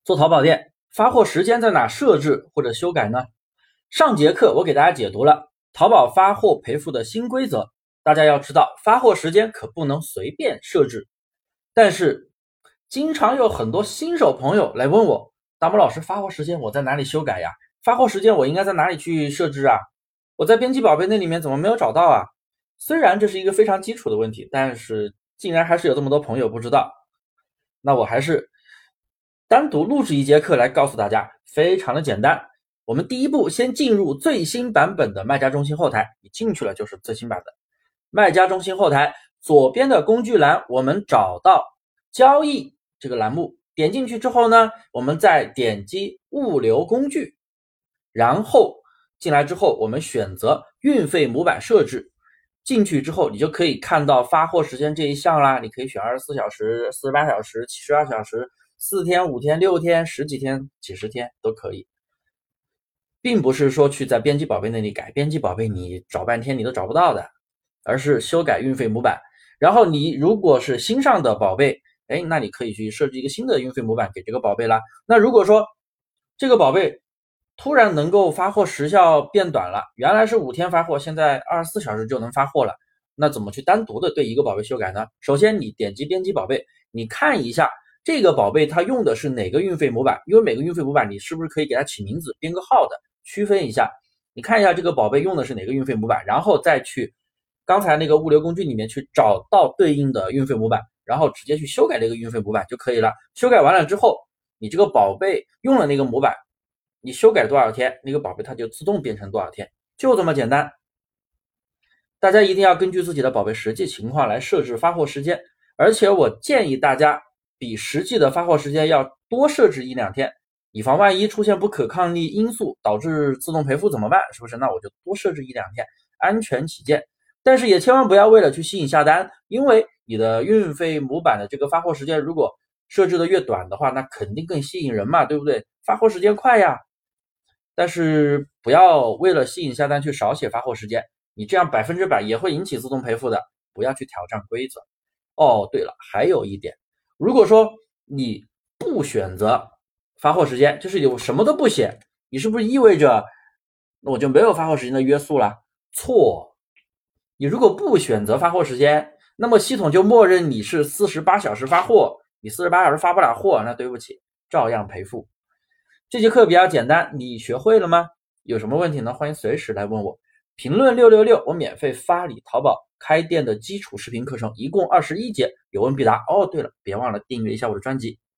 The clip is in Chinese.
做淘宝店发货时间在哪设置或者修改呢？上节课我给大家解读了淘宝发货赔付的新规则，大家要知道发货时间可不能随便设置。但是经常有很多新手朋友来问我，大木老师，发货时间我在哪里修改呀？发货时间我应该在哪里去设置啊？我在编辑宝贝那里面怎么没有找到啊？虽然这是一个非常基础的问题，但是竟然还是有这么多朋友不知道。那我还是单独录制一节课来告诉大家，非常的简单。我们第一步先进入最新版本的卖家中心后台，你进去了就是最新版的卖家中心后台，左边的工具栏我们找到交易这个栏目，点进去之后呢，我们再点击物流工具，然后进来之后我们选择运费模板设置，进去之后你就可以看到发货时间这一项啦，你可以选24小时、48小时、72小时、4天、5天、6天、十几天、几十天都可以，并不是说去在编辑宝贝那里改，编辑宝贝你找半天你都找不到的，而是修改运费模板。然后你如果是新上的宝贝，那你可以去设置一个新的运费模板给这个宝贝啦。那如果说这个宝贝突然能够发货时效变短了，原来是5天发货，现在24小时就能发货了，那怎么去单独的对一个宝贝修改呢？首先你点击编辑宝贝，你看一下这个宝贝它用的是哪个运费模板，因为每个运费模板你是不是可以给它起名字编个号的，区分一下，你看一下这个宝贝用的是哪个运费模板，然后再去刚才那个物流工具里面去找到对应的运费模板，然后直接去修改这个运费模板就可以了。修改完了之后，你这个宝贝用了那个模板，你修改多少天，那个宝贝它就自动变成多少天，就这么简单。大家一定要根据自己的宝贝实际情况来设置发货时间，而且我建议大家比实际的发货时间要多设置1-2天，以防万一出现不可抗力因素导致自动赔付怎么办？是不是？那我就多设置1-2天，安全起见。但是也千万不要为了去吸引下单，因为你的运费模板的这个发货时间如果设置的越短的话，那肯定更吸引人嘛，对不对？发货时间快呀。但是不要为了吸引下单去少写发货时间，你这样100%也会引起自动赔付的，不要去挑战规则。哦，对了，还有一点，如果说你不选择发货时间，就是有什么都不写，你是不是意味着我就没有发货时间的约束了？错，你如果不选择发货时间，那么系统就默认你是48小时发货，你48小时发不了货，那对不起，照样赔付。这节课比较简单，你学会了吗？有什么问题呢？欢迎随时来问我。评论666，我免费发你淘宝开店的基础视频课程，一共21节，有问必答。哦，对了，别忘了订阅一下我的专辑。